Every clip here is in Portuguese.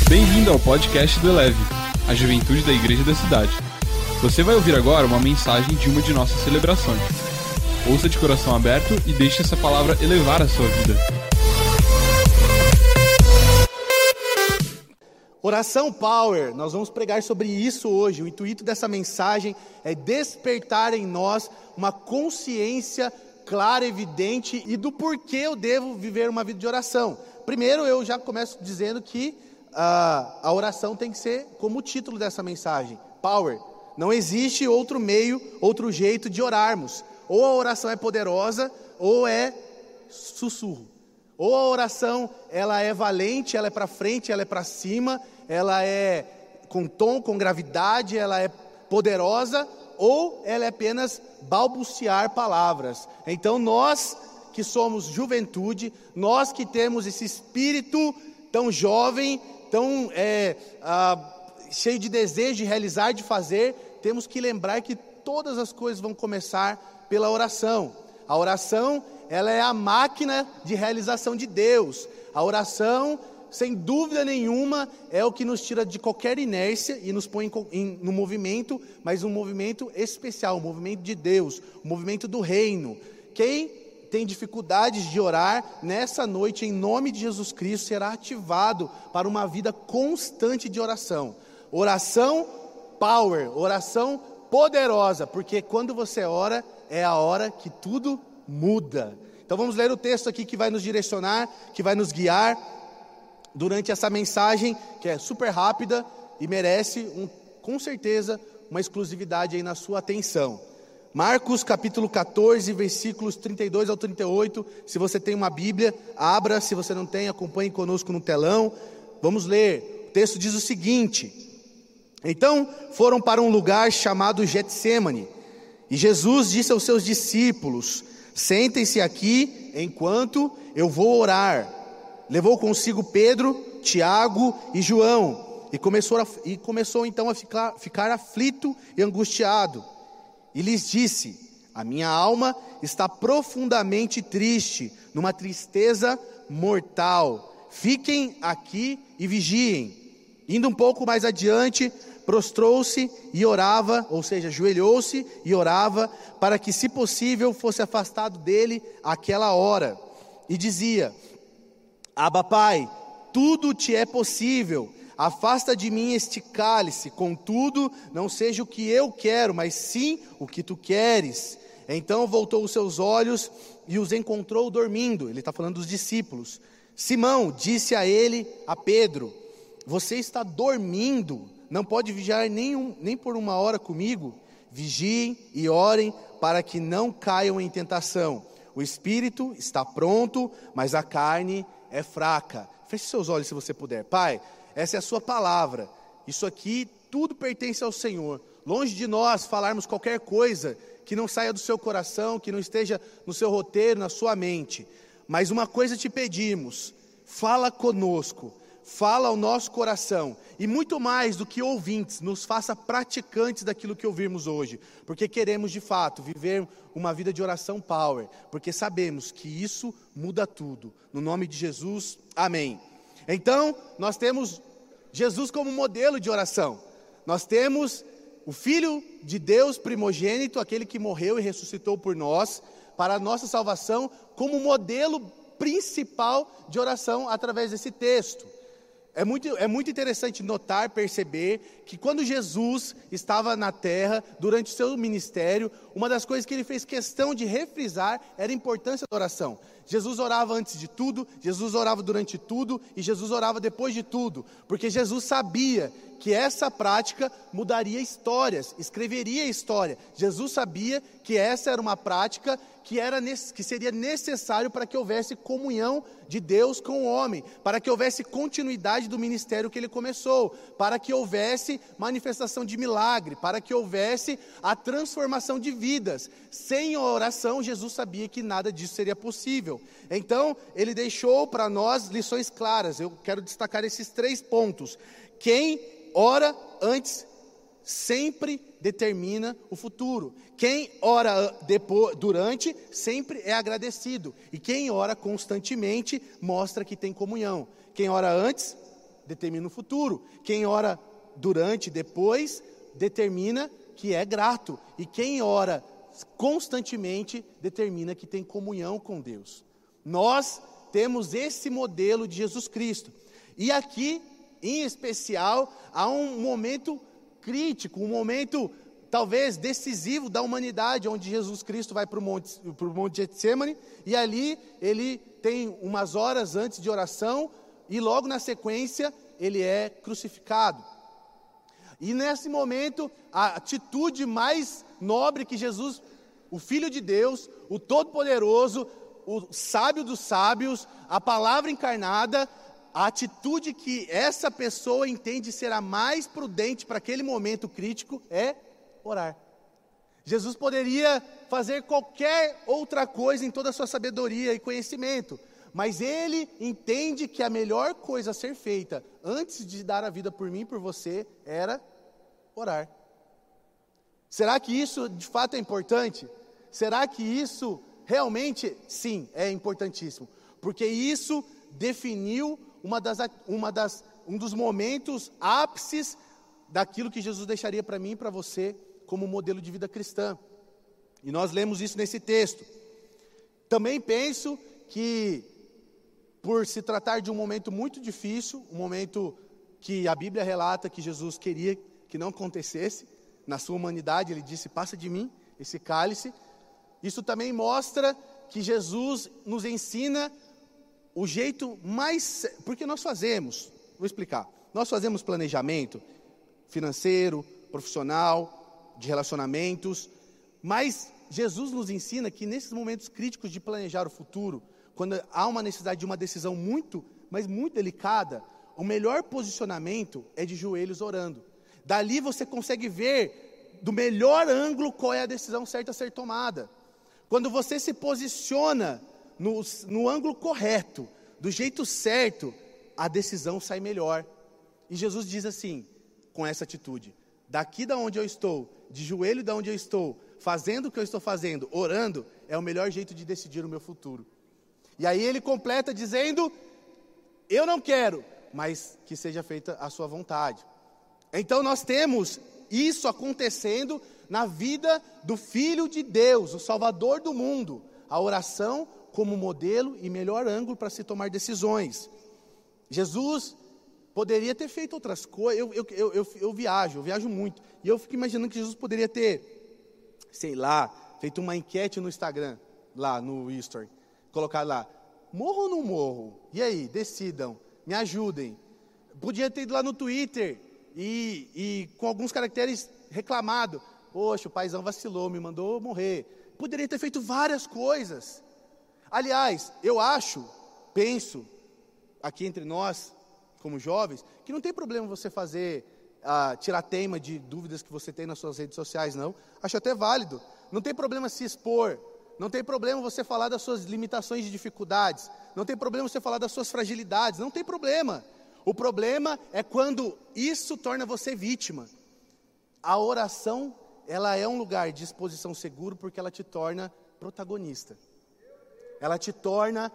Bem-vindo ao podcast do Eleve, a juventude da igreja da cidade. Você vai ouvir agora uma mensagem de uma de nossas celebrações. Ouça de coração aberto e deixe essa palavra elevar a sua vida. Oração Power, nós vamos pregar sobre isso hoje. O intuito dessa mensagem é despertar em nós uma consciência clara, evidente e do porquê eu devo viver uma vida de oração. Primeiro, eu já começo dizendo que a oração tem que ser como o título dessa mensagem, Power. Não existe outro meio, outro jeito de orarmos. Ou a oração é poderosa, ou é sussurro. Ou a oração, ela é valente, ela é para frente, ela é para cima, ela é com tom, com gravidade, ela é poderosa, ou ela é apenas balbuciar palavras. Então nós que somos juventude, nós que temos esse espírito tão jovem, tão cheio de desejo de realizar, de fazer, temos que lembrar que todas as coisas vão começar pela oração. A oração, ela é a máquina de realização de Deus. A oração, sem dúvida nenhuma, é o que nos tira de qualquer inércia e nos põe no movimento, mas um movimento especial, um movimento de Deus, um movimento do reino. Quem tem dificuldades de orar, nessa noite, em nome de Jesus Cristo, será ativado para uma vida constante de oração. Oração power, oração poderosa, porque quando você ora, é a hora que tudo muda. Então vamos ler o texto aqui que vai nos direcionar, que vai nos guiar durante essa mensagem, que é super rápida e merece, com certeza, uma exclusividade aí na sua atenção. Marcos capítulo 14, versículos 32 ao 38, se você tem uma Bíblia, abra, se você não tem, acompanhe conosco no telão. Vamos ler, o texto diz o seguinte: então foram para um lugar chamado Getsêmani, e Jesus disse aos seus discípulos: sentem-se aqui enquanto eu vou orar. Levou consigo Pedro, Tiago e João, e começou então a ficar aflito e angustiado. E lhes disse: a minha alma está profundamente triste, numa tristeza mortal. Fiquem aqui e vigiem. Indo um pouco mais adiante, prostrou-se e orava, ou seja, ajoelhou-se e orava, para que, se possível, fosse afastado dele aquela hora. E dizia: Abba, Pai, tudo te é possível. Afasta de mim este cálice, contudo, não seja o que eu quero, mas sim o que tu queres. Então voltou os seus olhos e os encontrou dormindo. Ele está falando dos discípulos. Simão disse a Pedro: você está dormindo? Não pode vigiar nem por uma hora comigo? Vigiem e orem para que não caiam em tentação. O espírito está pronto, mas a carne é fraca. Feche seus olhos se você puder. Pai, essa é a sua palavra. Isso aqui, tudo pertence ao Senhor. Longe de nós falarmos qualquer coisa que não saia do seu coração, que não esteja no seu roteiro, na sua mente. Mas uma coisa te pedimos: fala conosco, fala ao nosso coração. E muito mais do que ouvintes, nos faça praticantes daquilo que ouvirmos hoje. Porque queremos de fato viver uma vida de oração power. Porque sabemos que isso muda tudo. No nome de Jesus, amém. Então, nós temos Jesus como modelo de oração. Nós temos o Filho de Deus primogênito, aquele que morreu e ressuscitou por nós, para a nossa salvação, como modelo principal de oração através desse texto. É muito interessante notar, perceber, que quando Jesus estava na terra, durante o seu ministério, uma das coisas que ele fez questão de refrisar era a importância da oração. Jesus orava antes de tudo, Jesus orava durante tudo e Jesus orava depois de tudo, porque Jesus sabia que essa prática mudaria histórias, escreveria história. Jesus sabia que essa era uma prática que seria necessário para que houvesse comunhão de Deus com o homem, para que houvesse continuidade do ministério que ele começou, para que houvesse manifestação de milagre, para que houvesse a transformação de vidas. Sem a oração, Jesus sabia que nada disso seria possível. Então, ele deixou para nós lições claras. Eu quero destacar esses 3 pontos. Quem ora antes sempre determina o futuro. Quem ora durante sempre é agradecido. E quem ora constantemente mostra que tem comunhão. Quem ora antes determina o futuro. Quem ora durante, depois, determina que é grato. E quem ora constantemente, determina que tem comunhão com Deus. Nós temos esse modelo de Jesus Cristo. E aqui, em especial, há um momento crítico, um momento talvez decisivo da humanidade, onde Jesus Cristo vai para o Monte Getsemane, e ali ele tem umas horas antes de oração, e logo na sequência ele é crucificado. E nesse momento, a atitude mais nobre que Jesus, o Filho de Deus, o Todo-Poderoso, o sábio dos sábios, a palavra encarnada, a atitude que essa pessoa entende ser a mais prudente para aquele momento crítico é orar. Jesus poderia fazer qualquer outra coisa em toda a sua sabedoria e conhecimento, mas ele entende que a melhor coisa a ser feita antes de dar a vida por mim e por você era orar. Será que isso de fato é importante? Será que isso realmente, sim, é importantíssimo? Porque isso definiu um dos momentos ápices daquilo que Jesus deixaria para mim e para você como modelo de vida cristã. E nós lemos isso nesse texto. Também penso que, por se tratar de um momento muito difícil, um momento que a Bíblia relata que Jesus queria que não acontecesse, na sua humanidade, ele disse, passa de mim esse cálice. Isso também mostra que Jesus nos ensina o jeito mais... Porque nós fazemos, vou explicar, nós fazemos planejamento financeiro, profissional, de relacionamentos, mas Jesus nos ensina que nesses momentos críticos de planejar o futuro, quando há uma necessidade de uma decisão muito, mas muito delicada, o melhor posicionamento é de joelhos orando. Dali você consegue ver do melhor ângulo qual é a decisão certa a ser tomada. Quando você se posiciona no ângulo correto, do jeito certo, a decisão sai melhor. E Jesus diz assim, com essa atitude, daqui da onde eu estou, de joelho da onde eu estou, fazendo o que eu estou fazendo, orando, é o melhor jeito de decidir o meu futuro. E aí ele completa dizendo, eu não quero, mas que seja feita a sua vontade. Então nós temos isso acontecendo na vida do Filho de Deus, o Salvador do mundo, a oração como modelo e melhor ângulo para se tomar decisões. Jesus poderia ter feito outras coisas, eu viajo muito, e eu fico imaginando que Jesus poderia ter, sei lá, feito uma enquete no Instagram, lá no History, colocar lá, morro ou não morro? E aí, decidam, me ajudem. Podia ter ido lá no Twitter e com alguns caracteres reclamado, poxa, o paizão vacilou, me mandou morrer. Poderia ter feito várias coisas. Aliás, eu penso, aqui entre nós, como jovens, que não tem problema você tirar tema de dúvidas que você tem nas suas redes sociais, não. Acho até válido. Não tem problema se expor. Não tem problema você falar das suas limitações e dificuldades. Não tem problema você falar das suas fragilidades. Não tem problema. O problema é quando isso torna você vítima. A oração, ela é um lugar de exposição seguro porque ela te torna protagonista. Ela te torna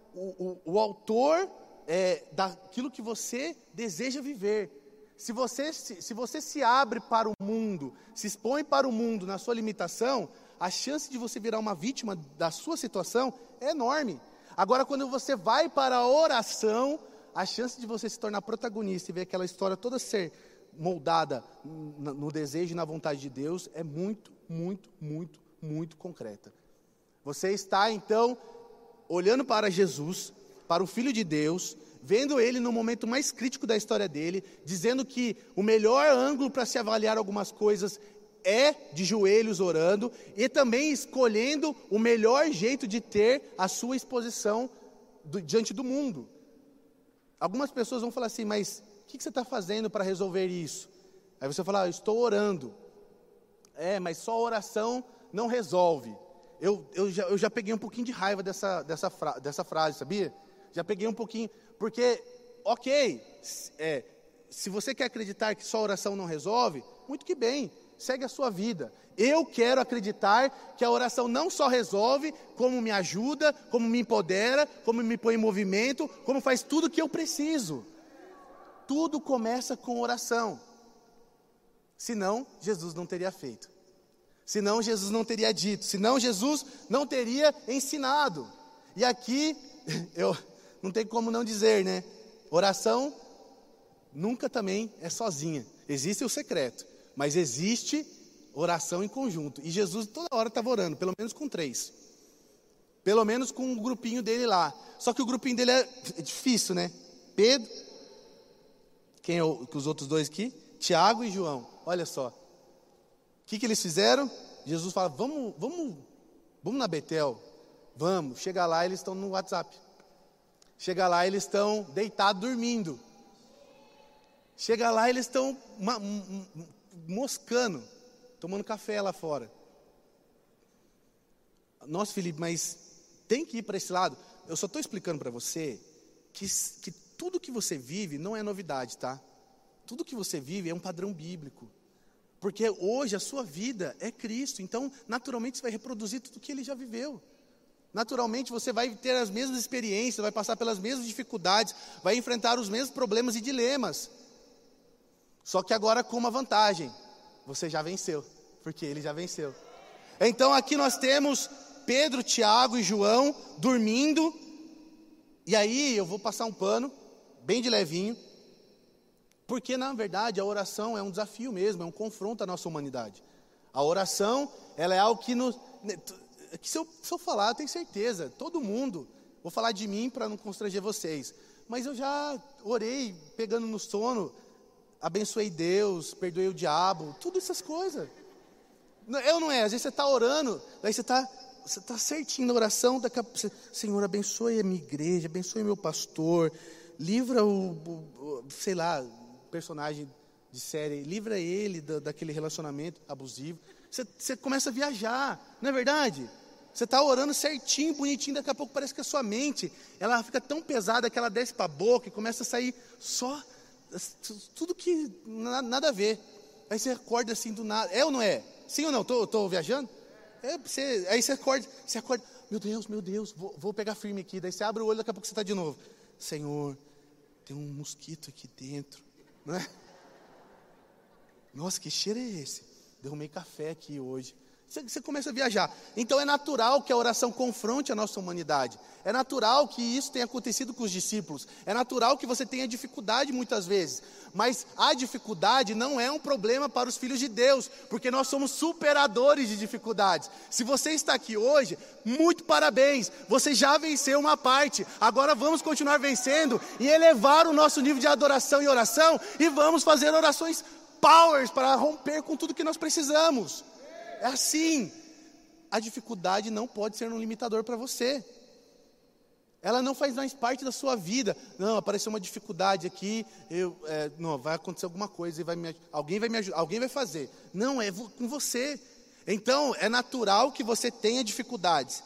o autor daquilo que você deseja viver. Se você se abre para o mundo, se expõe para o mundo na sua limitação, a chance de você virar uma vítima da sua situação é enorme. Agora, quando você vai para a oração, a chance de você se tornar protagonista e ver aquela história toda ser moldada no desejo e na vontade de Deus é muito, muito, muito, muito concreta. Você está, então, olhando para Jesus, para o Filho de Deus, vendo ele no momento mais crítico da história dele, dizendo que o melhor ângulo para se avaliar algumas coisas é de joelhos orando, e também escolhendo o melhor jeito de ter a sua exposição diante do mundo. Algumas pessoas vão falar assim, mas o que você está fazendo para resolver isso? Aí você fala, eu estou orando. Mas só oração não resolve. Eu já peguei um pouquinho de raiva dessa frase, sabia? Já peguei um pouquinho, porque, se você quer acreditar que só oração não resolve, muito que bem, segue a sua vida. Eu quero acreditar que a oração não só resolve, como me ajuda, como me empodera, como me põe em movimento, como faz tudo o que eu preciso. tudo começa com oração. Senão, Jesus não teria feito. Senão, Jesus não teria dito. Senão, Jesus não teria ensinado. E aqui, eu não tem como não dizer, né? Oração nunca também é sozinha. Existe o secreto, mas existe oração em conjunto. E Jesus toda hora estava orando, pelo menos com 3. Pelo menos com um grupinho dele lá. Só que o grupinho dele é difícil, né? Pedro, quem é os outros 2 aqui? Tiago e João. Olha só. O que eles fizeram? Jesus fala, vamos na Betel. Vamos. Chega lá, eles estão no WhatsApp. Chega lá, eles estão deitados, dormindo. Chega lá, eles estão moscando, tomando café lá fora. Nossa, Felipe, mas tem que ir para esse lado. Eu só estou explicando para você que tudo que você vive não é novidade, tá? Tudo que você vive é um padrão bíblico. Porque hoje a sua vida é Cristo. Então, naturalmente, você vai reproduzir tudo que Ele já viveu. Naturalmente, você vai ter as mesmas experiências, vai passar pelas mesmas dificuldades, vai enfrentar os mesmos problemas e dilemas. Só que agora com uma vantagem. Você já venceu, porque Ele já venceu. Então, aqui nós temos Pedro, Tiago e João dormindo. E aí, eu vou passar um pano, bem de levinho. Porque, na verdade, a oração é um desafio mesmo, é um confronto à nossa humanidade. A oração, ela é algo que se eu falar, eu tenho certeza, todo mundo, vou falar de mim para não constranger vocês, mas eu já orei, pegando no sono, abençoei Deus, perdoei o diabo, tudo essas coisas. Eu não é, às vezes você está orando, daí você está certinho na oração, daqui a pouco, Senhor, abençoe a minha igreja, abençoe meu pastor, livra sei lá, personagem de série, livra ele daquele relacionamento abusivo. Você começa a viajar, não é verdade? Você está orando certinho, bonitinho, daqui a pouco parece que a sua mente, ela fica tão pesada que ela desce para a boca e começa a sair só, tudo que nada a ver. Aí você acorda assim do nada, é ou não é? Sim ou não? Estou viajando? Aí você acorda, meu Deus, vou pegar firme aqui. Daí você abre o olho, daqui a pouco você está de novo. Senhor, tem um mosquito aqui dentro, não é? Nossa, que cheiro é esse? Derrumei café aqui hoje. Você começa a viajar. Então é natural que a oração confronte a nossa humanidade. É natural que isso tenha acontecido com os discípulos. É natural que você tenha dificuldade muitas vezes. Mas a dificuldade não é um problema para os filhos de Deus, porque nós somos superadores de dificuldades. Se você está aqui hoje, muito parabéns. Você já venceu uma parte. Agora vamos continuar vencendo e elevar o nosso nível de adoração e oração. E vamos fazer orações powers para romper com tudo que nós precisamos. É assim. A dificuldade não pode ser um limitador para você. Ela não faz mais parte da sua vida. Não, apareceu uma dificuldade aqui, não, vai acontecer alguma coisa e alguém vai me ajudar, alguém vai fazer. Não, é com você. Então, é natural que você tenha dificuldades.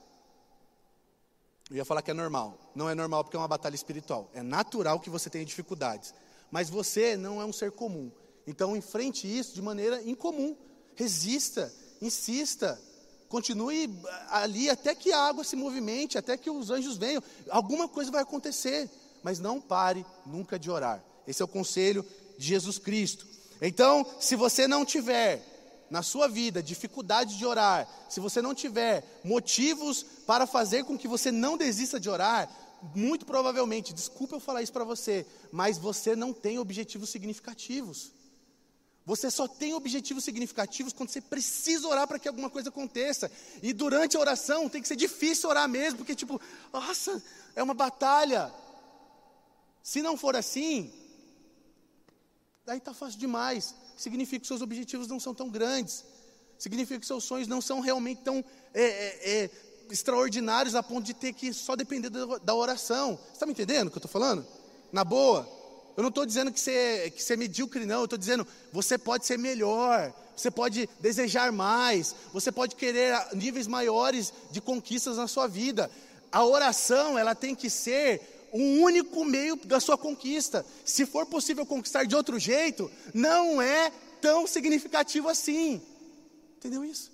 Eu ia falar que é normal. Não é normal porque é uma batalha espiritual. É natural que você tenha dificuldades. Mas você não é um ser comum. Então, enfrente isso de maneira incomum. Resista, insista, continue ali até que a água se movimente, até que os anjos venham. Alguma coisa vai acontecer, mas não pare nunca de orar. Esse é o conselho de Jesus Cristo. Então, se você não tiver na sua vida dificuldade de orar, se você não tiver motivos para fazer com que você não desista de orar, muito provavelmente, desculpa eu falar isso para você, mas você não tem objetivos significativos. Você só tem objetivos significativos quando você precisa orar para que alguma coisa aconteça. E durante a oração tem que ser difícil orar mesmo, porque nossa, é uma batalha. Se não for assim, daí está fácil demais. Significa que seus objetivos não são tão grandes. Significa que seus sonhos não são realmente tão extraordinários a ponto de ter que só depender da oração. Você está me entendendo o que eu estou falando? Na boa. Eu não estou dizendo que você é medíocre, não. Eu estou dizendo, você pode ser melhor, você pode desejar mais, você pode querer níveis maiores de conquistas na sua vida. A oração, ela tem que ser o único meio da sua conquista. Se for possível conquistar de outro jeito, não é tão significativo assim. Entendeu isso?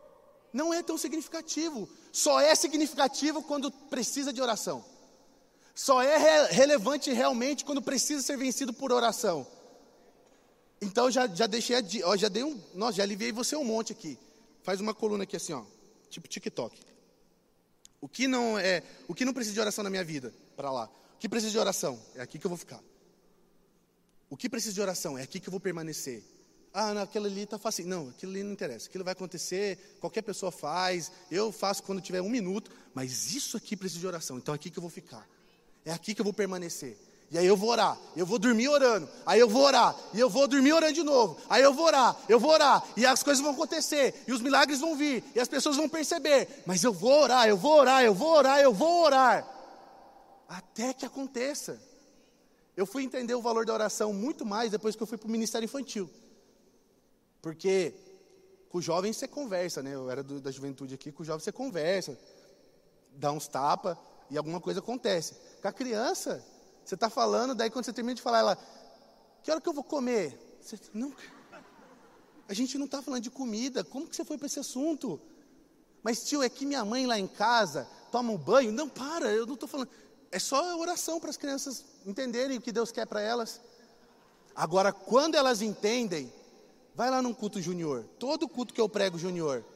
Não é tão significativo. Só é significativo quando precisa de oração. Só é relevante realmente quando precisa ser vencido por oração. Então já deixei já dei já aliviei você um monte aqui. Faz uma coluna aqui assim, ó, tipo TikTok. O que não precisa de oração na minha vida? Para lá. O que precisa de oração? É aqui que eu vou ficar. O que precisa de oração? É aqui que eu vou permanecer. Não, aquilo ali está fácil. Não, aquilo ali não interessa. Aquilo vai acontecer, qualquer pessoa faz. Eu faço quando tiver 1 minuto. Mas isso aqui precisa de oração. Então é aqui que eu vou ficar. É aqui que eu vou permanecer. E aí eu vou orar. Eu vou dormir orando. Aí eu vou orar. E eu vou dormir orando de novo. Aí eu vou orar. Eu vou orar. E as coisas vão acontecer. E os milagres vão vir. E as pessoas vão perceber. Mas eu vou orar. Eu vou orar. Eu vou orar. Eu vou orar. Até que aconteça. Eu fui entender o valor da oração muito mais depois que eu fui para o ministério infantil. Porque com os jovens você conversa, né? Eu era da juventude aqui, com os jovens você conversa, dá uns tapas e alguma coisa acontece. Com a criança, você está falando, daí quando você termina de falar, ela, que hora que eu vou comer? Você, não, a gente não está falando de comida, como que você foi para esse assunto? Mas tio, é que minha mãe lá em casa toma um banho. Não, para, eu não estou falando. É só oração para as crianças entenderem o que Deus quer para elas. Agora, quando elas entendem, vai lá num culto junior. Todo culto que eu prego junior,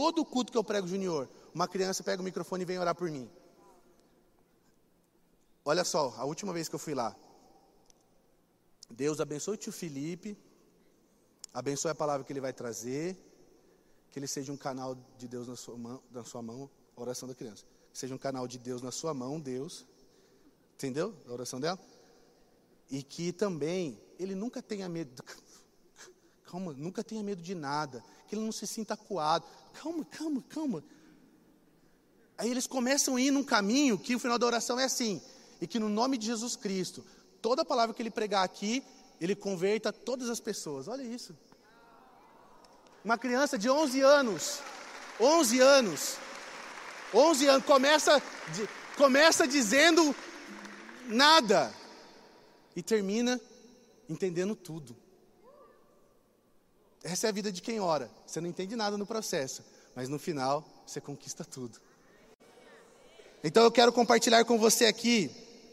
uma criança pega o microfone e vem orar por mim. Olha só, a última vez que eu fui lá. Deus abençoe o tio Felipe, abençoe a palavra que ele vai trazer, que ele seja um canal de Deus na sua mão, a oração da criança. Que seja um canal de Deus na sua mão, Deus. Entendeu? A oração dela. E que também ele nunca tenha medo. Calma, nunca tenha medo de nada. Que ele não se sinta acuado. Calma. Aí eles começam a ir num caminho que o final da oração é assim. E que no nome de Jesus Cristo, toda palavra que ele pregar aqui, ele converta todas as pessoas. Olha isso. Uma criança de 11 anos. 11 anos, começa dizendo nada e termina entendendo tudo. Essa é a vida de quem ora. Você não entende nada no processo, mas no final você conquista tudo. Então eu quero compartilhar com você aqui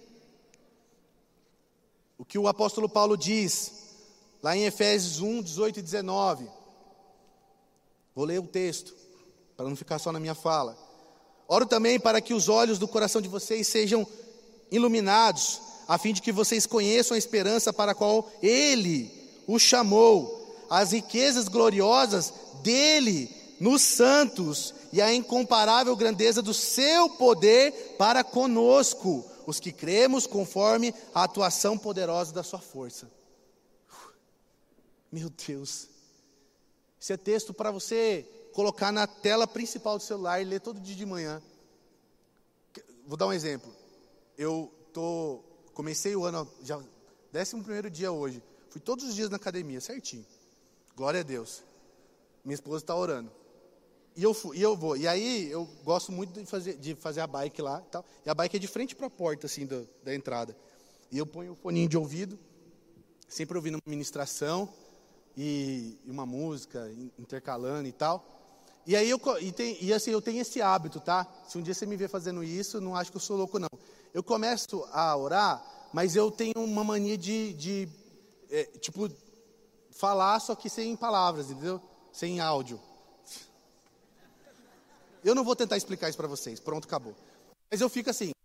o que o apóstolo Paulo diz lá em Efésios 1, 18 e 19. Vou ler o texto para não ficar só na minha fala. Oro também para que os olhos do coração de vocês sejam iluminados, a fim de que vocês conheçam a esperança para a qual Ele os chamou, as riquezas gloriosas dEle nos santos e a incomparável grandeza do seu poder para conosco, os que cremos conforme a atuação poderosa da sua força. Meu Deus, esse é texto para você colocar na tela principal do celular e ler todo dia de manhã. Vou dar um exemplo. Eu comecei o ano, já 11º dia hoje. Fui todos os dias na academia, certinho. Glória a Deus. Minha esposa está orando. E eu vou. E aí eu gosto muito de fazer a bike lá e tal. E a bike é de frente para a porta, assim, da entrada. E eu ponho o foninho de ouvido, sempre ouvindo uma ministração e uma música, intercalando e tal. E aí eu tenho esse hábito, tá? Se um dia você me ver fazendo isso, não acho que eu sou louco, não. Eu começo a orar, mas eu tenho uma mania de falar, só que sem palavras, entendeu? Sem áudio. Eu não vou tentar explicar isso para vocês, pronto, acabou. Mas eu fico assim.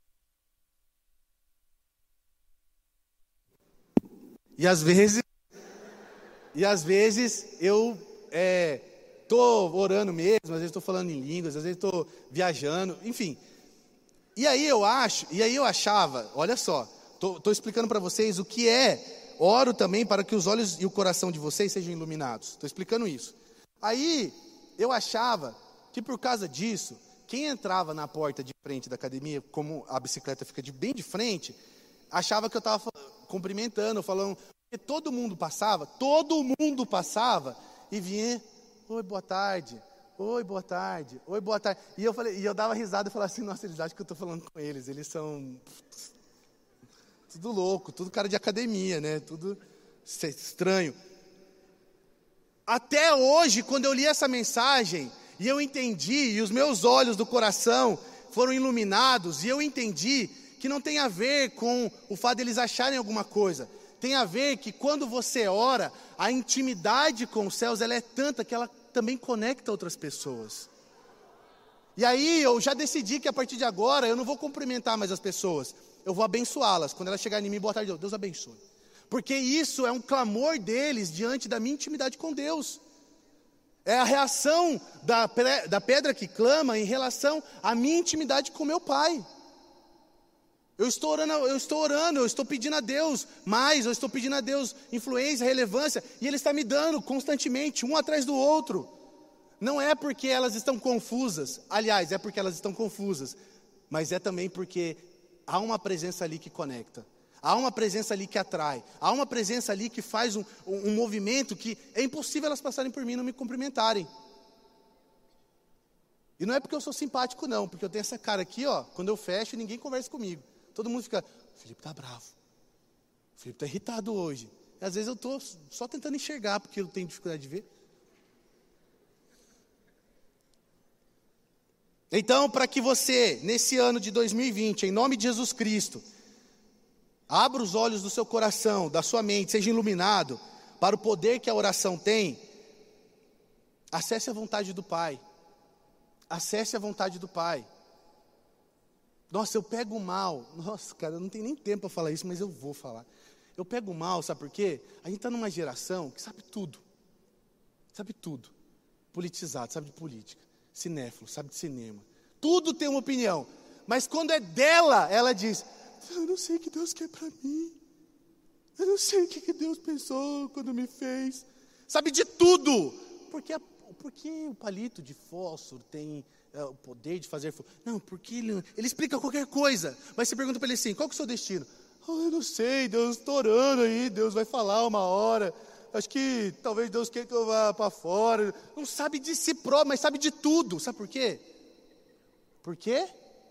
E às vezes eu estou orando mesmo, às vezes estou falando em línguas, às vezes estou viajando, enfim. E aí eu achava, olha só, estou explicando para vocês o que é, oro também para que os olhos e o coração de vocês sejam iluminados. Estou explicando isso. Aí eu achava que por causa disso, quem entrava na porta de frente da academia, como a bicicleta fica bem de frente, achava que eu estava cumprimentando, falando, porque todo mundo passava e vinha, oi, boa tarde. E eu dava risada e falava assim, nossa, eles acham que eu estou falando com eles são tudo louco, tudo cara de academia, né? Tudo estranho. Até hoje, quando eu li essa mensagem, e eu entendi, e os meus olhos do coração foram iluminados, e eu entendi que não tem a ver com o fato deles acharem alguma coisa. Tem a ver que quando você ora, a intimidade com os céus, ela é tanta que ela também conecta outras pessoas. E aí eu já decidi que a partir de agora eu não vou cumprimentar mais as pessoas, eu vou abençoá-las. Quando elas chegarem em mim, boa tarde, Deus abençoe. Porque isso é um clamor deles diante da minha intimidade com Deus. É a reação da pedra que clama em relação à minha intimidade com meu Pai. Eu estou orando, eu estou pedindo a Deus mais, eu estou pedindo a Deus influência, relevância, e Ele está me dando constantemente, um atrás do outro. Não é porque elas estão confusas, aliás, é porque elas estão confusas, mas é também porque há uma presença ali que conecta, há uma presença ali que atrai, há uma presença ali que faz um movimento que é impossível elas passarem por mim e não me cumprimentarem. E não é porque eu sou simpático não, porque eu tenho essa cara aqui, ó, quando eu fecho ninguém conversa comigo. Todo mundo fica, o Felipe tá bravo, o Felipe tá irritado hoje. E às vezes eu estou só tentando enxergar, porque eu tenho dificuldade de ver. Então, para que você, nesse ano de 2020, em nome de Jesus Cristo, abra os olhos do seu coração, da sua mente, seja iluminado para o poder que a oração tem, acesse a vontade do Pai. Acesse a vontade do Pai. Nossa, eu pego mal. Nossa, cara, eu não tenho nem tempo para falar isso, mas eu vou falar. Eu pego mal, sabe por quê? A gente está numa geração que sabe tudo. Sabe tudo. Politizado, sabe de política. Cinéfilo, sabe de cinema. Tudo tem uma opinião. Mas quando é dela, ela diz, eu não sei o que Deus quer para mim. Eu não sei o que Deus pensou quando me fez. Sabe de tudo. Porque o palito de fósforo tem o poder de fazer fogo. Não, porque ele explica qualquer coisa. Mas você pergunta para ele assim, qual que é o seu destino? Eu não sei, Deus está orando aí, Deus vai falar uma hora. Acho que talvez Deus queira que eu vá para fora. Não sabe de si próprio, mas sabe de tudo. Sabe por quê? Por quê?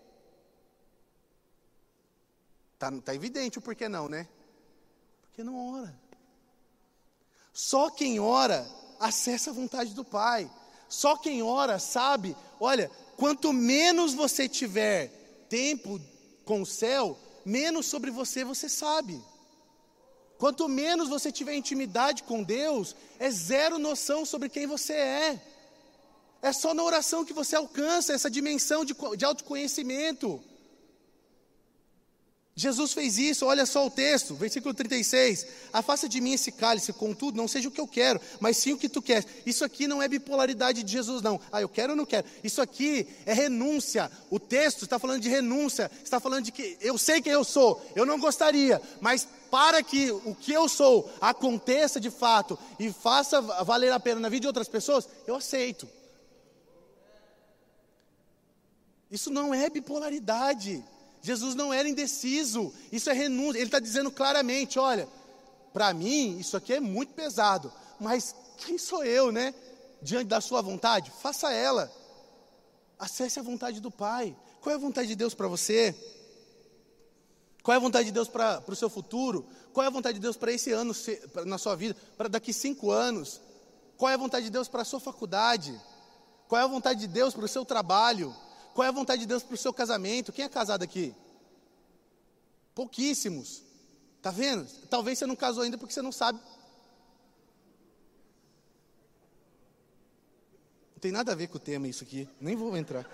Tá evidente o porquê não, né? Porque não ora. Só quem ora acessa a vontade do Pai. Só quem ora sabe, olha, quanto menos você tiver tempo com o céu, menos sobre você sabe. Quanto menos você tiver intimidade com Deus, é zero noção sobre quem você é. É só na oração que você alcança essa dimensão de autoconhecimento. Jesus fez isso, olha só o texto, versículo 36. Afasta de mim esse cálice, contudo, não seja o que eu quero, mas sim o que tu queres. Isso aqui não é bipolaridade de Jesus, não. Eu quero ou não quero. Isso aqui é renúncia. O texto está falando de renúncia, está falando de que eu sei quem eu sou, eu não gostaria, mas para que o que eu sou aconteça de fato e faça valer a pena na vida de outras pessoas, eu aceito. Isso não é bipolaridade. Jesus não era indeciso, isso é renúncia. Ele está dizendo claramente, olha, para mim isso aqui é muito pesado, mas quem sou eu, né? Diante da sua vontade, faça ela. Acesse a vontade do Pai. Qual é a vontade de Deus para você? Qual é a vontade de Deus para o seu futuro? Qual é a vontade de Deus para esse ano na sua vida? Para daqui 5 anos? Qual é a vontade de Deus para a sua faculdade? Qual é a vontade de Deus para o seu trabalho? Qual é a vontade de Deus para o seu casamento? Quem é casado aqui? Pouquíssimos. Está vendo? Talvez você não casou ainda porque você não sabe. Não tem nada a ver com o tema isso aqui. Nem vou entrar.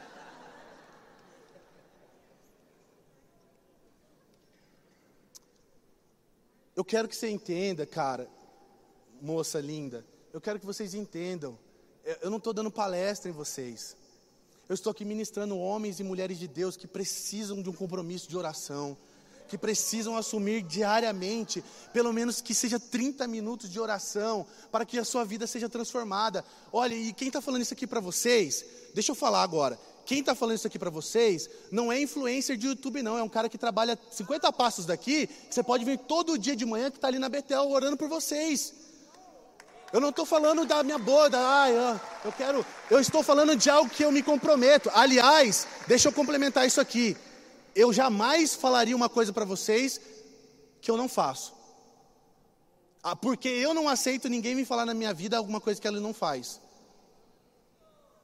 Eu quero que você entenda, cara, moça linda. Eu quero que vocês entendam. Eu não estou dando palestra em vocês. Eu estou aqui ministrando homens e mulheres de Deus que precisam de um compromisso de oração, que precisam assumir diariamente, pelo menos que seja 30 minutos de oração, para que a sua vida seja transformada. Olha, e quem está falando isso aqui para vocês, deixa eu falar agora, quem está falando isso aqui para vocês, não é influencer de YouTube não, é um cara que trabalha 50 passos daqui, que você pode vir todo dia de manhã, que está ali na Betel orando por vocês. Eu não estou falando da minha boda, eu estou falando de algo que eu me comprometo. Aliás, deixa eu complementar isso aqui. Eu jamais falaria uma coisa para vocês que eu não faço. Porque eu não aceito ninguém me falar na minha vida alguma coisa que ela não faz.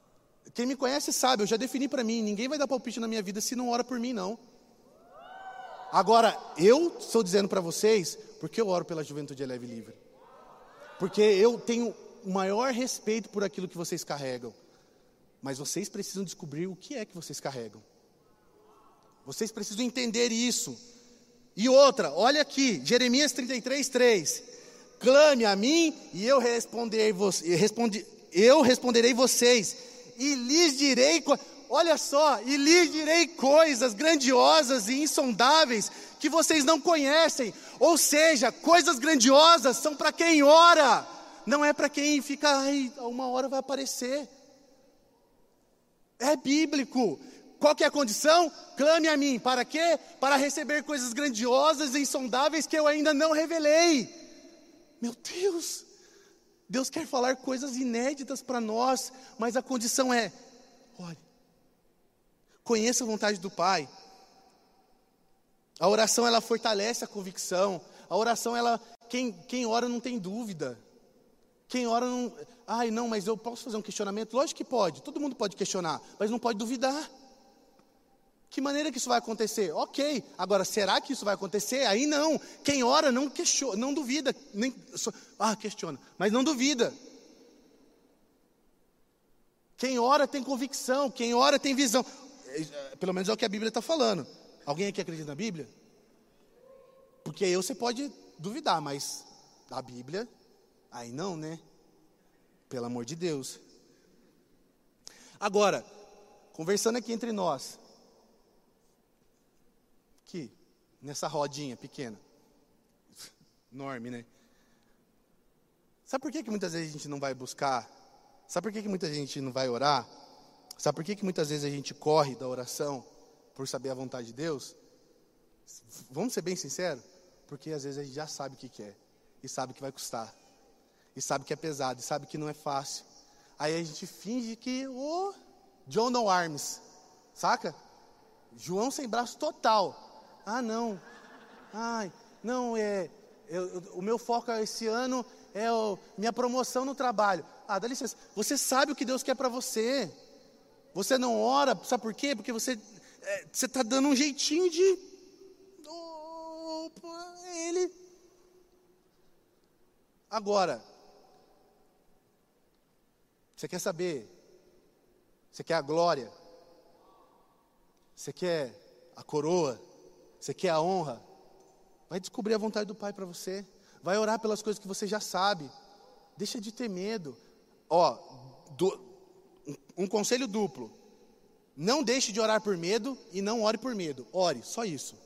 Quem me conhece sabe, eu já defini para mim, ninguém vai dar palpite na minha vida se não ora por mim, não. Agora, eu estou dizendo para vocês, porque eu oro pela juventude Eleve Livre. Porque eu tenho o maior respeito por aquilo que vocês carregam. Mas vocês precisam descobrir o que é que vocês carregam. Vocês precisam entender isso. E outra, olha aqui, Jeremias 33:3. Clame a mim e eu responderei vocês. E lhes direi... Olha só, e lhes direi coisas grandiosas e insondáveis que vocês não conhecem. Ou seja, coisas grandiosas são para quem ora, não é para quem fica, ai, uma hora vai aparecer. É bíblico. Qual que é a condição? Clame a mim. Para quê? Para receber coisas grandiosas e insondáveis que eu ainda não revelei. Meu Deus, Deus quer falar coisas inéditas para nós, mas a condição é, olhe, conheça a vontade do Pai. A oração, ela fortalece a convicção. A oração, ela, quem ora não tem dúvida. Quem ora não... Ai, não, mas eu posso fazer um questionamento? Lógico que pode, todo mundo pode questionar, mas não pode duvidar. Que maneira que isso vai acontecer? Ok, agora, será que isso vai acontecer? Aí não. Quem ora não questiona, não duvida. Questiona, mas não duvida. Quem ora tem convicção, quem ora tem visão. Pelo menos é o que a Bíblia está falando. Alguém aqui acredita na Bíblia? Porque aí você pode duvidar, mas a Bíblia, aí não, né? Pelo amor de Deus. Agora, conversando aqui entre nós, aqui, nessa rodinha pequena, enorme, né? Sabe por que muitas vezes a gente não vai buscar? Sabe por que muita gente não vai orar? Sabe por que muitas vezes a gente corre da oração por saber a vontade de Deus? Vamos ser bem sinceros? Porque às vezes a gente já sabe o que quer, e sabe que vai custar, e sabe que é pesado, e sabe que não é fácil. Aí a gente finge que, John no arms, saca? João sem braço total. Ah, não. Ai, não, o meu foco esse ano é minha promoção no trabalho. Ah, dá licença. Você sabe o que Deus quer para você. Você não ora, sabe por quê? Porque você está dando um jeitinho de... Ele... Agora, você quer saber? Você quer a glória? Você quer a coroa? Você quer a honra? Vai descobrir a vontade do Pai para você. Vai orar pelas coisas que você já sabe. Deixa de ter medo. Um conselho duplo. Não deixe de orar por medo e não ore por medo. Ore, só isso.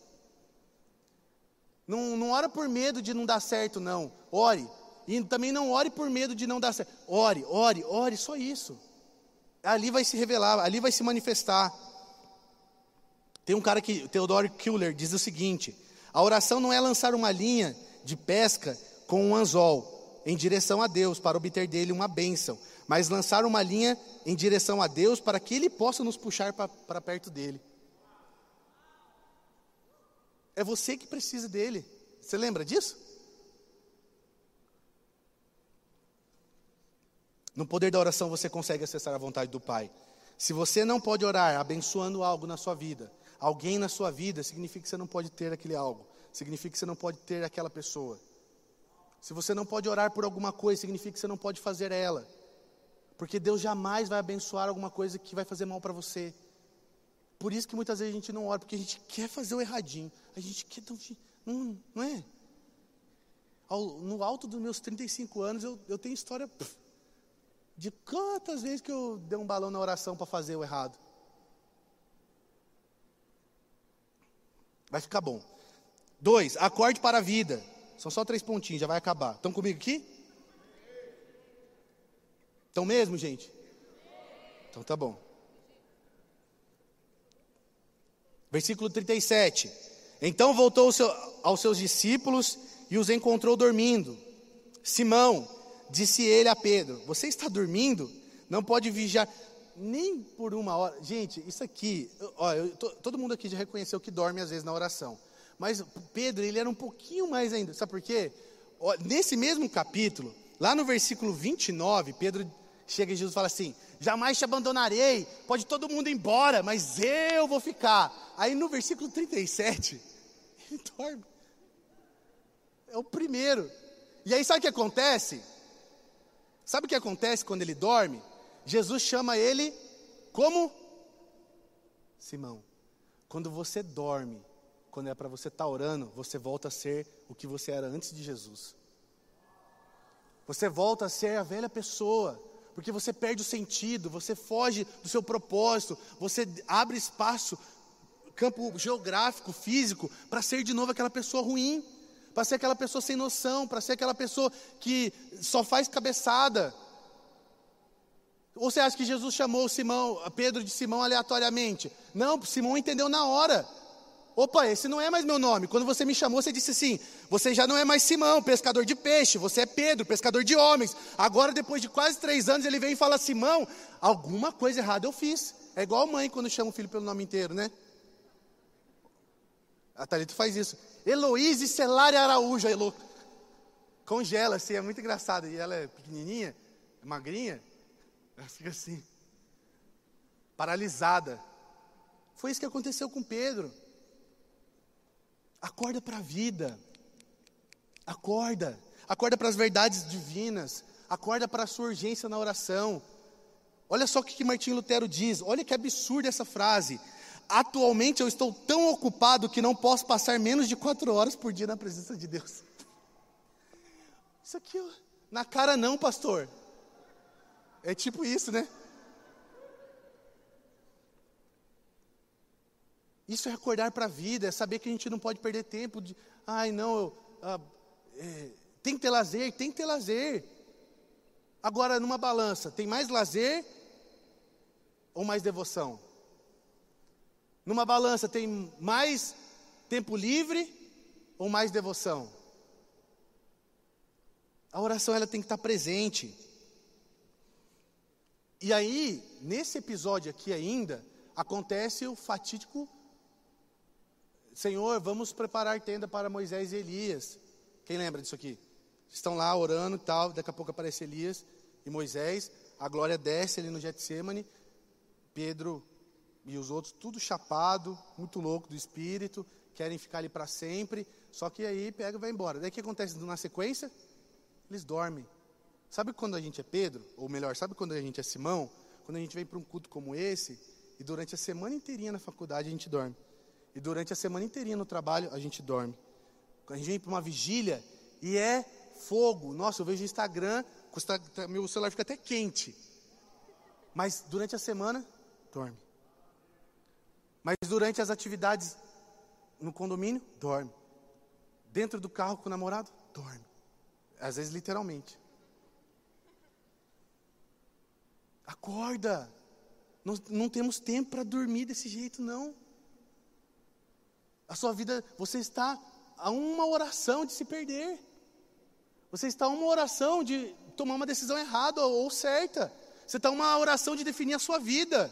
Não ora por medo de não dar certo, não. Ore. E também não ore por medo de não dar certo. Ore, só isso. Ali vai se revelar, ali vai se manifestar. Tem um cara que, Theodore Kuller, diz o seguinte: a oração não é lançar uma linha de pesca com um anzol em direção a Deus para obter dele uma bênção, mas lançar uma linha em direção a Deus para que Ele possa nos puxar para perto dEle. É você que precisa dEle. Você lembra disso? No poder da oração você consegue acessar a vontade do Pai. Se você não pode orar abençoando algo na sua vida, alguém na sua vida, significa que você não pode ter aquele algo. Significa que você não pode ter aquela pessoa. Se você não pode orar por alguma coisa, significa que você não pode fazer ela. Porque Deus jamais vai abençoar alguma coisa que vai fazer mal para você. Por isso que muitas vezes a gente não ora, porque a gente quer fazer o erradinho. A gente quer... Não é? No alto dos meus 35 anos, eu tenho história de quantas vezes que eu dei um balão na oração para fazer o errado. Vai ficar bom. 2, acorde para a vida. São só 3 pontinhos, já vai acabar. Estão comigo aqui? Estão mesmo, gente? Então tá bom. Versículo 37. Então voltou aos seus discípulos e os encontrou dormindo. Simão, disse ele a Pedro: você está dormindo? Não pode vigiar nem por uma hora. Gente, isso aqui, todo mundo aqui já reconheceu que dorme às vezes na oração. Mas Pedro, ele era um pouquinho mais ainda. Sabe por quê? Nesse mesmo capítulo, lá no versículo 29, Pedro chega e Jesus fala assim: jamais te abandonarei, pode todo mundo ir embora, mas eu vou ficar. Aí no versículo 37, Ele dorme. É o primeiro. E aí sabe o que acontece? Sabe o que acontece quando ele dorme? Jesus chama ele como? Simão. Quando você dorme, quando é para você estar orando, você volta a ser o que você era antes de Jesus. Você volta a ser a velha pessoa, porque você perde o sentido, você foge do seu propósito, você abre espaço, campo geográfico, físico, para ser de novo aquela pessoa ruim, para ser aquela pessoa sem noção, para ser aquela pessoa que só faz cabeçada. Ou você acha que Jesus chamou Pedro de Simão aleatoriamente? Não, Simão entendeu na hora. Opa, esse não é mais meu nome. Quando você me chamou, você disse assim: você já não é mais Simão, pescador de peixe, você é Pedro, pescador de homens. Agora, depois de quase 3 anos, ele vem e fala: Simão, alguma coisa errada eu fiz. É igual a mãe quando chama o filho pelo nome inteiro, né? A Thalita faz isso. Heloísa Celária Araújo. Aí congela assim, é muito engraçado. E ela é pequenininha, magrinha, ela fica assim, paralisada. Foi isso que aconteceu com Pedro. Acorda para a vida. Acorda para as verdades divinas. Acorda para a sua urgência na oração. Olha só o que Martinho Lutero diz. Olha que absurda essa frase. Atualmente eu estou tão ocupado que não posso passar menos de 4 horas por dia na presença de Deus. Isso aqui, ó, na cara não, pastor. É tipo isso, né? Isso é acordar para a vida, é saber que a gente não pode perder tempo. Tem que ter lazer, tem que ter lazer. Agora, numa balança, tem mais lazer ou mais devoção? Numa balança, tem mais tempo livre ou mais devoção? A oração, ela tem que estar presente. E aí, nesse episódio aqui ainda, acontece o fatídico: Senhor, vamos preparar tenda para Moisés e Elias. Quem lembra disso aqui? Estão lá orando e tal, daqui a pouco aparece Elias e Moisés, a glória desce ali no Getsêmani, Pedro e os outros, tudo chapado, muito louco do espírito, querem ficar ali para sempre, só que aí pega e vai embora. Daí o que acontece na sequência? Eles dormem. Sabe quando a gente é Pedro? Ou melhor, sabe quando a gente é Simão? Quando a gente vem para um culto como esse, e durante a semana inteirinha na faculdade a gente dorme. E durante a semana inteirinha no trabalho, a gente dorme. A gente vem para uma vigília e é fogo. Nossa, eu vejo o Instagram, meu celular fica até quente. Mas durante a semana, dorme. Mas durante as atividades no condomínio, dorme. Dentro do carro com o namorado, dorme. Às vezes literalmente. Acorda. Não temos tempo para dormir desse jeito, não. A sua vida, você está a uma oração de se perder. Você está a uma oração de tomar uma decisão errada ou certa. Você está a uma oração de definir a sua vida.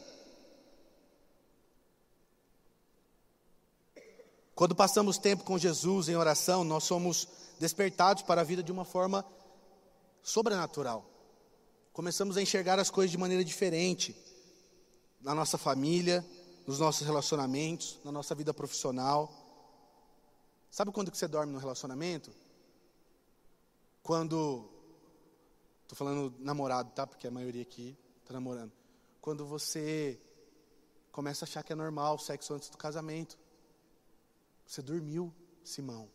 Quando passamos tempo com Jesus em oração, nós somos despertados para a vida de uma forma sobrenatural. Começamos a enxergar as coisas de maneira diferente. Na nossa família, nos nossos relacionamentos, na nossa vida profissional. Sabe quando que você dorme no relacionamento? Quando, estou falando namorado, tá? Porque a maioria aqui está namorando. Quando você começa a achar que é normal o sexo antes do casamento. Você dormiu, Simão.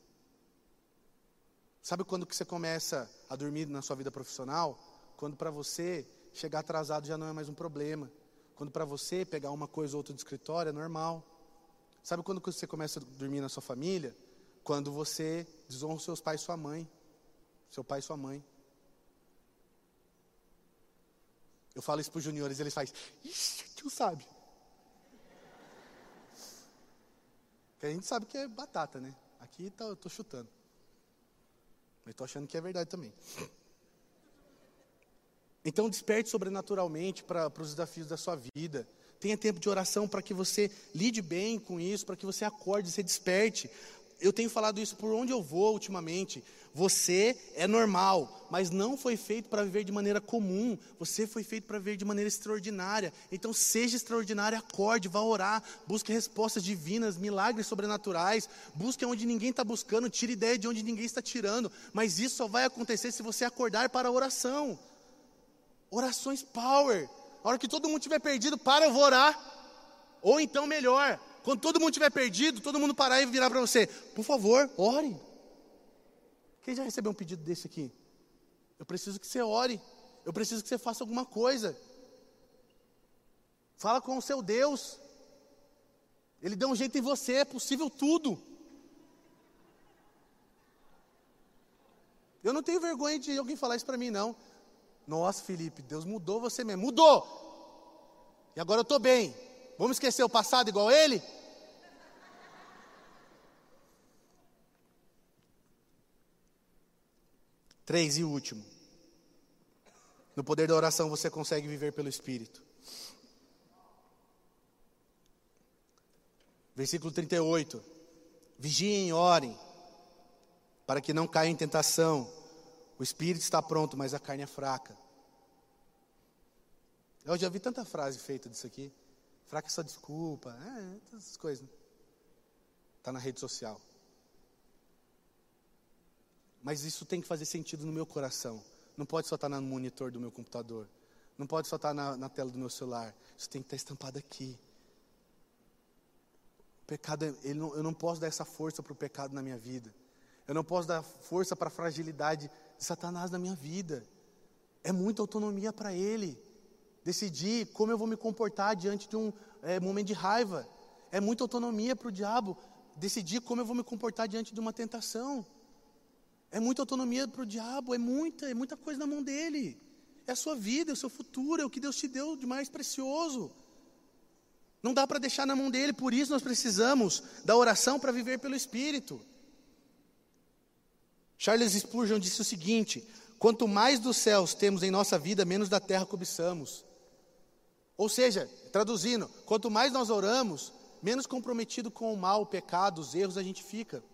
Sabe quando que você começa a dormir na sua vida profissional? Quando para você chegar atrasado já não é mais um problema. Quando para você pegar uma coisa ou outra do escritório é normal. Sabe quando você começa a dormir na sua família? Quando você desonra os seus pais e sua mãe. Seu pai e sua mãe. Eu falo isso para os juniores, eles fazem: ixi, tio sabe. Que a gente sabe que é batata, né? Aqui eu estou chutando. Mas estou achando que é verdade também. Então desperte sobrenaturalmente para os desafios da sua vida. Tenha tempo de oração para que você lide bem com isso, para que você acorde, você desperte. eu tenho falado isso por onde eu vou ultimamente. Você é normal, mas não foi feito para viver de maneira comum. Você foi feito para viver de maneira extraordinária. Então seja extraordinário, acorde, vá orar, busque respostas divinas, milagres sobrenaturais. Busque onde ninguém está buscando, tire ideia de onde ninguém está tirando. Mas isso só vai acontecer se você acordar para a oração. Orações power. A hora que todo mundo estiver perdido, eu vou orar. Ou então melhor, quando todo mundo estiver perdido, todo mundo parar e virar para você: por favor, ore. Quem já recebeu um pedido desse aqui? Eu preciso que você ore. Eu preciso que você faça alguma coisa. Fala com o seu Deus. Ele deu um jeito em você, é possível tudo. Eu não tenho vergonha de alguém falar isso para mim, não. Nossa, Felipe, Deus mudou você mesmo. Mudou! E agora eu estou bem. Vamos esquecer o passado igual ele? Três e último. No poder da oração você consegue viver pelo Espírito. Versículo 38. Vigiem e orem, para que não caia em tentação. O Espírito está pronto, mas a carne é fraca. Eu já vi tanta frase feita disso aqui. Fraca é só desculpa, essas coisas. Está na rede social. Mas isso tem que fazer sentido no meu coração. Não pode só estar no monitor do meu computador. Não pode só estar na tela do meu celular. Isso tem que estar estampado aqui. O pecado, eu não posso dar essa força para o pecado na minha vida. Eu não posso dar força para a fragilidade de Satanás na minha vida. É muita autonomia para ele. Decidir como eu vou me comportar diante de um momento de raiva. É muita autonomia para o diabo decidir como eu vou me comportar diante de uma tentação. É muita autonomia para o diabo, é muita coisa na mão dele. É a sua vida, é o seu futuro, é o que Deus te deu de mais precioso. Não dá para deixar na mão dele, por isso nós precisamos da oração para viver pelo Espírito. Charles Spurgeon disse o seguinte: quanto mais dos céus temos em nossa vida, menos da terra cobiçamos. Ou seja, traduzindo, quanto mais nós oramos, menos comprometido com o mal, o pecado, os erros a gente fica.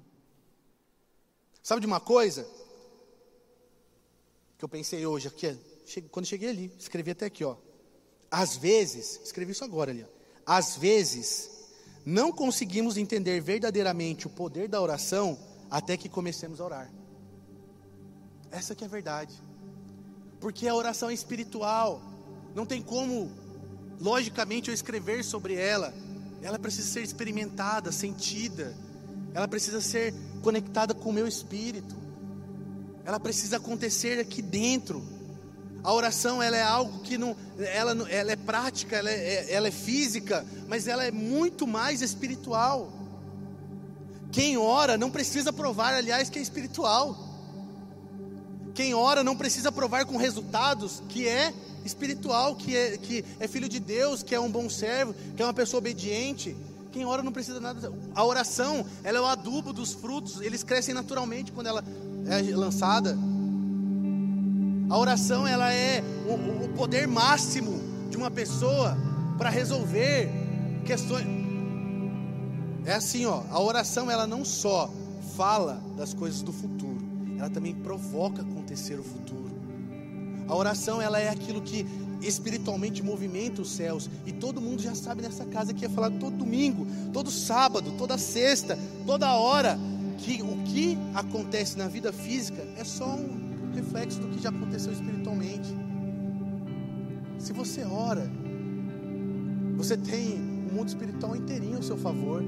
Sabe de uma coisa que eu pensei hoje aqui, quando cheguei ali, escrevi até aqui, ó. Às vezes, escrevi isso agora ali, ó. Às vezes, não conseguimos entender verdadeiramente o poder da oração até que comecemos a orar. Essa que é a verdade. Porque a oração é espiritual. Não tem como, logicamente, eu escrever sobre ela. Ela precisa ser experimentada, sentida. Ela precisa ser conectada com o meu espírito. Ela precisa acontecer aqui dentro. A oração, ela é algo que ela é prática, ela é física, mas ela é muito mais espiritual. Quem ora não precisa provar, aliás, que é espiritual. Quem ora não precisa provar com resultados que é espiritual, que é filho de Deus, que é um bom servo, que é uma pessoa obediente. Quem ora não precisa nada. A oração, ela é o adubo dos frutos, eles crescem naturalmente quando ela é lançada. A oração, ela é o poder máximo de uma pessoa para resolver questões. É assim, ó, a oração, ela não só fala das coisas do futuro, ela também provoca acontecer o futuro. A oração, ela é aquilo que espiritualmente movimenta os céus. E todo mundo já sabe nessa casa que é falado todo domingo, todo sábado, toda sexta, toda hora, que o que acontece na vida física é só um reflexo do que já aconteceu espiritualmente. Se você ora, você tem o mundo espiritual inteirinho ao seu favor.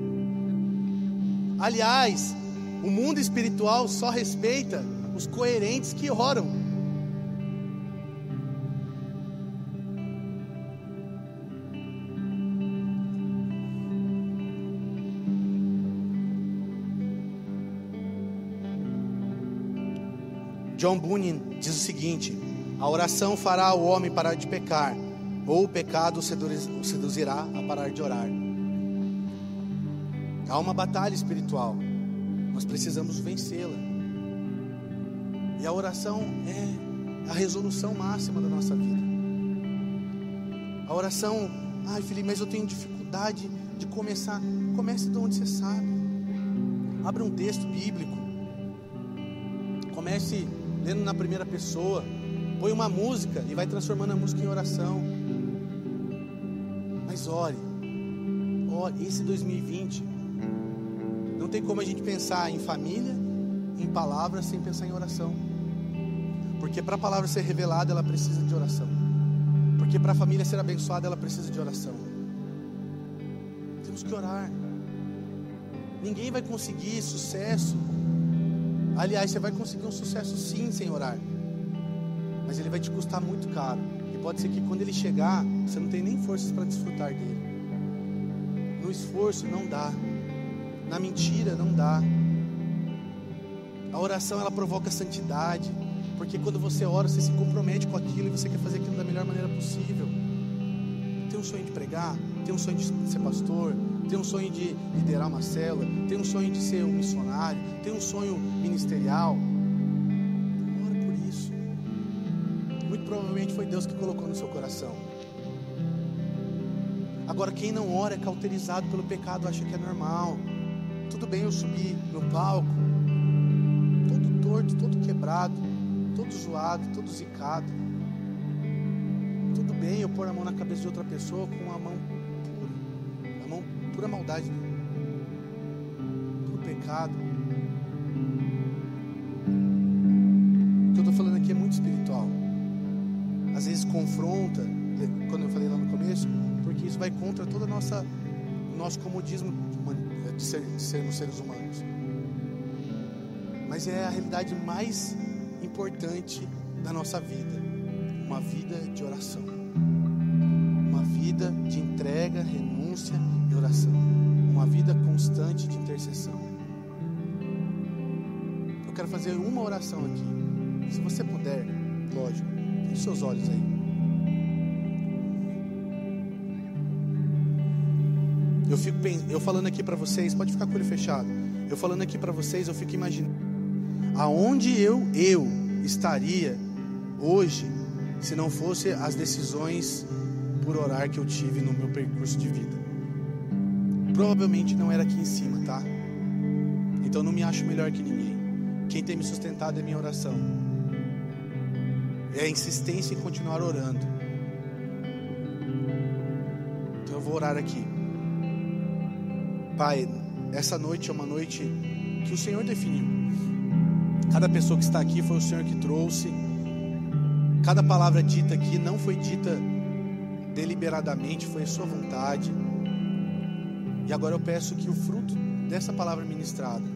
Aliás, o mundo espiritual só respeita os coerentes que oram. John Bunyan diz o seguinte: a oração fará o homem parar de pecar, ou o pecado o seduzirá a parar de orar. Há uma batalha espiritual, nós precisamos vencê-la. E a oração é a resolução máxima da nossa vida. A oração, Felipe, mas eu tenho dificuldade de começar. Comece de onde você sabe. Abra um texto bíblico. Comece lendo na primeira pessoa. Põe uma música e vai transformando a música em oração. Mas ore. Esse 2020 não tem como a gente pensar em família, em palavras, sem pensar em oração. Porque para a palavra ser revelada, ela precisa de oração. Porque para a família ser abençoada, ela precisa de oração. Temos que orar. Ninguém vai conseguir sucesso. Aliás, você vai conseguir um sucesso sim sem orar. Mas ele vai te custar muito caro. E pode ser que quando ele chegar, você não tenha nem forças para desfrutar dele. No esforço não dá. Na mentira não dá. A oração, ela provoca santidade. Porque quando você ora, você se compromete com aquilo e você quer fazer aquilo da melhor maneira possível. Tem um sonho de pregar, tem um sonho de ser pastor, tem um sonho de liderar uma célula, tem um sonho de ser um missionário, tem um sonho ministerial. Ora por isso. Muito provavelmente foi Deus que colocou no seu coração. Agora, quem não ora é cauterizado pelo pecado, acha que é normal. Tudo bem eu subir no palco, todo torto, todo quebrado, todo zoado, todo zicado. Tudo bem eu pôr a mão na cabeça de outra pessoa com a mão pura. Pura maldade, puro pecado. O que eu estou falando aqui é muito espiritual. Às vezes confronta, quando eu falei lá no começo, porque isso vai contra todo o nosso comodismo de sermos seres humanos. Mas é a realidade mais importante da nossa vida. Uma vida de oração. Uma vida de entrega, renúncia e oração. Uma vida constante de intercessão. Eu quero fazer uma oração aqui. Se você puder, lógico, feche seus olhos aí. Eu falando aqui para vocês, pode ficar com o olho fechado. Eu falando aqui para vocês, eu fico imaginando aonde eu estaria hoje se não fosse as decisões por orar que eu tive no meu percurso de vida. Provavelmente não era aqui em cima, tá? Então não me acho melhor que ninguém. Quem tem me sustentado é minha oração. É a insistência em continuar orando. Então eu vou orar aqui. Pai, essa noite é uma noite que o Senhor definiu. Cada pessoa que está aqui foi o Senhor que trouxe. Cada palavra dita aqui não foi dita deliberadamente, foi a sua vontade. E agora eu peço que o fruto dessa palavra ministrada,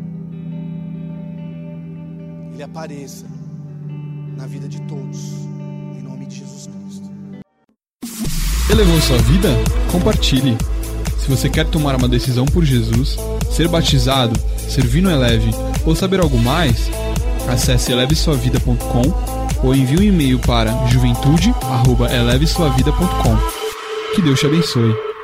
ele apareça na vida de todos, em nome de Jesus Cristo. Elevou sua vida? Compartilhe. Se você quer tomar uma decisão por Jesus, ser batizado, servir no Eleve ou saber algo mais, acesse elevesuavida.com ou envie um e-mail para juventude@elevesuavida.com. Que Deus te abençoe.